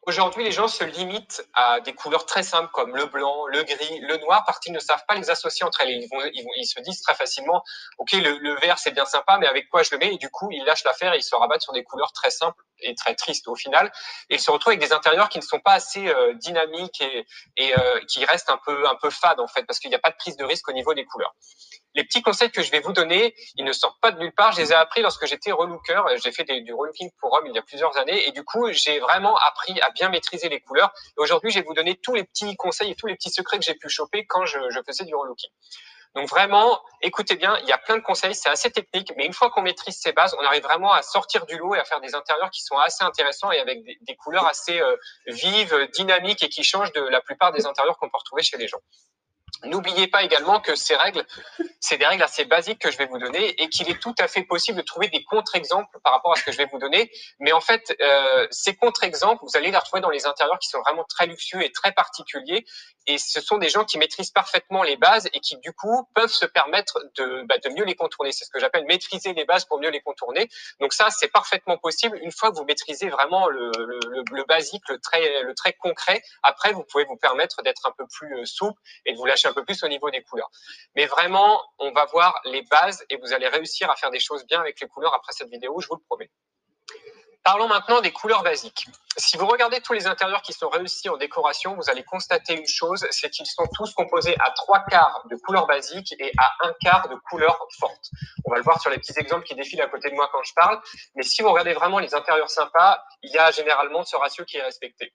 Aujourd'hui, les gens se limitent à des couleurs très simples comme le blanc, le gris, le noir, parce qu'ils ne savent pas les associer entre elles. Ils se disent très facilement, OK, le vert, c'est bien sympa, mais avec quoi je le mets? Et du coup, ils lâchent l'affaire et ils se rabattent sur des couleurs très simples et très tristes au final. Et ils se retrouvent avec des intérieurs qui ne sont pas assez dynamiques et qui restent un peu fades, en fait, parce qu'il n'y a pas de prise de risque au niveau des couleurs. Les petits conseils que je vais vous donner, ils ne sortent pas de nulle part. Je les ai appris lorsque j'étais relooker. J'ai fait du relooking pour hommes il y a plusieurs années. Et du coup, j'ai vraiment appris à bien maîtriser les couleurs. Et aujourd'hui, je vais vous donner tous les petits conseils et tous les petits secrets que j'ai pu choper quand je faisais du relooking. Donc vraiment, écoutez bien, il y a plein de conseils, c'est assez technique, mais une fois qu'on maîtrise ces bases, on arrive vraiment à sortir du lot et à faire des intérieurs qui sont assez intéressants et avec des couleurs assez vives, dynamiques et qui changent de la plupart des intérieurs qu'on peut retrouver chez les gens. N'oubliez pas également que ces règles, c'est des règles assez basiques que je vais vous donner et qu'il est tout à fait possible de trouver des contre-exemples par rapport à ce que je vais vous donner. Mais en fait, ces contre-exemples, vous allez les retrouver dans les intérieurs qui sont vraiment très luxueux et très particuliers. Et ce sont des gens qui maîtrisent parfaitement les bases et qui, du coup, peuvent se permettre de mieux les contourner. C'est ce que j'appelle maîtriser les bases pour mieux les contourner. Donc ça, c'est parfaitement possible une fois que vous maîtrisez vraiment le basique, le très concret. Après, vous pouvez vous permettre d'être un peu plus souple et de vous lâcher un peu plus au niveau des couleurs. Mais vraiment, on va voir les bases et vous allez réussir à faire des choses bien avec les couleurs après cette vidéo, je vous le promets. Parlons maintenant des couleurs basiques. Si vous regardez tous les intérieurs qui sont réussis en décoration, vous allez constater une chose, c'est qu'ils sont tous composés à 3/4 de couleurs basiques et à 1/4 de couleurs fortes. On va le voir sur les petits exemples qui défilent à côté de moi quand je parle. Mais si vous regardez vraiment les intérieurs sympas, il y a généralement ce ratio qui est respecté.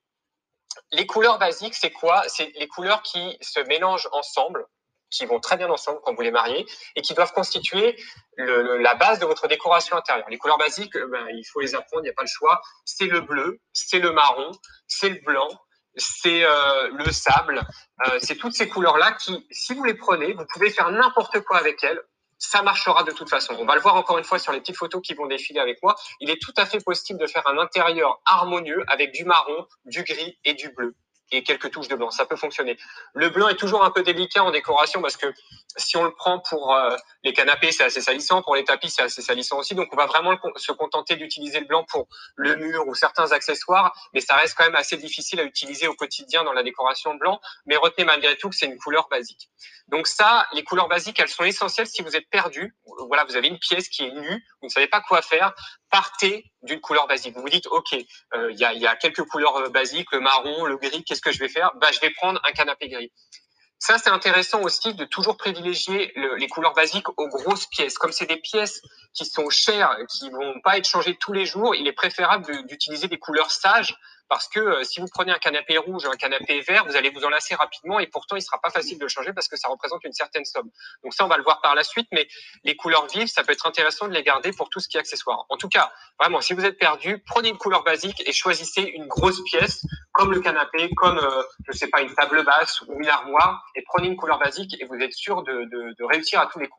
Les couleurs basiques, c'est quoi? C'est les couleurs qui se mélangent ensemble, qui vont très bien ensemble quand vous les mariez et qui doivent constituer la base de votre décoration intérieure. Les couleurs basiques, il faut les apprendre, il n'y a pas le choix. C'est le bleu, c'est le marron, c'est le blanc, c'est le sable. C'est toutes ces couleurs-là qui, si vous les prenez, vous pouvez faire n'importe quoi avec elles. Ça marchera de toute façon. On va le voir encore une fois sur les petites photos qui vont défiler avec moi. Il est tout à fait possible de faire un intérieur harmonieux avec du marron, du gris et du bleu et quelques touches de blanc. Ça peut fonctionner. Le blanc est toujours un peu délicat en décoration parce que si on le prend pour les canapés, c'est assez salissant. Pour les tapis, c'est assez salissant aussi. Donc, on va vraiment se contenter d'utiliser le blanc pour le mur ou certains accessoires. Mais ça reste quand même assez difficile à utiliser au quotidien dans la décoration blanc. Mais retenez malgré tout que c'est une couleur basique. Donc ça, les couleurs basiques, elles sont essentielles si vous êtes perdu. Voilà, vous avez une pièce qui est nue, vous ne savez pas quoi faire. Partez d'une couleur basique. Vous vous dites, OK, il y a quelques couleurs basiques, le marron, le gris, qu'est-ce que je vais faire? Je vais prendre un canapé gris. Ça, c'est intéressant aussi de toujours privilégier les couleurs basiques aux grosses pièces. Comme c'est des pièces qui sont chères, qui vont pas être changées tous les jours, il est préférable d'utiliser des couleurs sages parce que si vous prenez un canapé rouge ou un canapé vert, vous allez vous en lasser rapidement et pourtant, il sera pas facile de le changer parce que ça représente une certaine somme. Donc ça, on va le voir par la suite, mais les couleurs vives, ça peut être intéressant de les garder pour tout ce qui est accessoire. En tout cas, vraiment, si vous êtes perdu, prenez une couleur basique et choisissez une grosse pièce comme le canapé, comme, je sais pas, une table basse ou une armoire, et prenez une couleur basique et vous êtes sûr de réussir à tous les coups.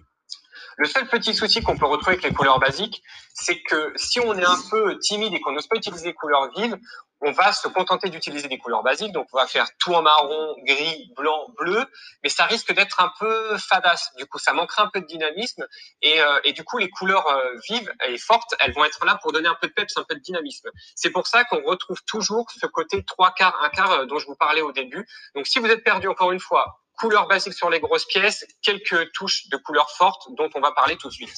Le seul petit souci qu'on peut retrouver avec les couleurs basiques, c'est que si on est un peu timide et qu'on n'ose pas utiliser les couleurs vives, on va se contenter d'utiliser des couleurs basiques. Donc, on va faire tout en marron, gris, blanc, bleu, mais ça risque d'être un peu fadasse. Du coup, ça manquera un peu de dynamisme. Et du coup, les couleurs vives et fortes, elles vont être là pour donner un peu de peps, un peu de dynamisme. C'est pour ça qu'on retrouve toujours ce côté 3/4, 1/4 dont je vous parlais au début. Donc, si vous êtes perdu, encore une fois, couleurs basiques sur les grosses pièces, quelques touches de couleurs fortes dont on va parler tout de suite.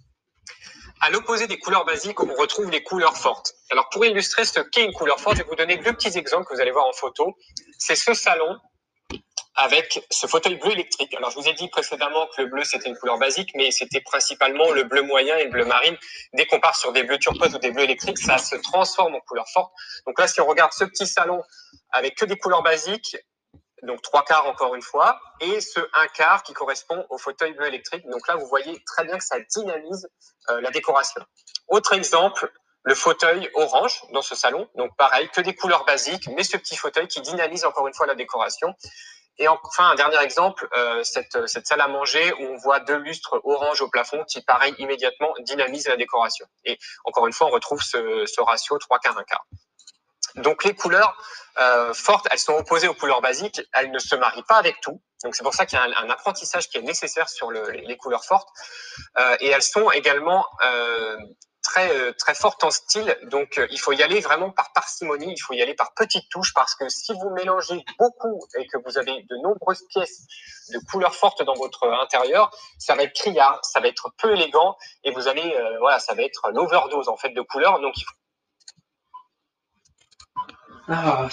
À l'opposé des couleurs basiques, on retrouve les couleurs fortes. Alors pour illustrer ce qu'est une couleur forte, je vais vous donner deux petits exemples que vous allez voir en photo. C'est ce salon avec ce fauteuil bleu électrique. Alors je vous ai dit précédemment que le bleu c'était une couleur basique, mais c'était principalement le bleu moyen et le bleu marine. Dès qu'on part sur des bleus turquoise ou des bleus électriques, ça se transforme en couleur forte. Donc là, si on regarde ce petit salon avec que des couleurs basiques, donc 3/4 encore une fois, et ce 1/4 qui correspond au fauteuil bleu électrique. Donc là, vous voyez très bien que ça dynamise la décoration. Autre exemple, le fauteuil orange dans ce salon. Donc pareil, que des couleurs basiques, mais ce petit fauteuil qui dynamise encore une fois la décoration. Et enfin, un dernier exemple, cette salle à manger où on voit deux lustres orange au plafond qui, pareil, immédiatement dynamise la décoration. Et encore une fois, on retrouve ce ratio 3/4, 1/4. Donc les couleurs fortes, elles sont opposées aux couleurs basiques, elles ne se marient pas avec tout. Donc c'est pour ça qu'il y a un apprentissage qui est nécessaire sur les couleurs fortes. Et elles sont également très forte en style. Donc, il faut y aller vraiment par parcimonie, il faut y aller par petites touches parce que si vous mélangez beaucoup et que vous avez de nombreuses pièces de couleurs fortes dans votre intérieur, ça va être criard, ça va être peu élégant et vous allez, voilà, ça va être l'overdose en fait de couleurs. Donc, il faut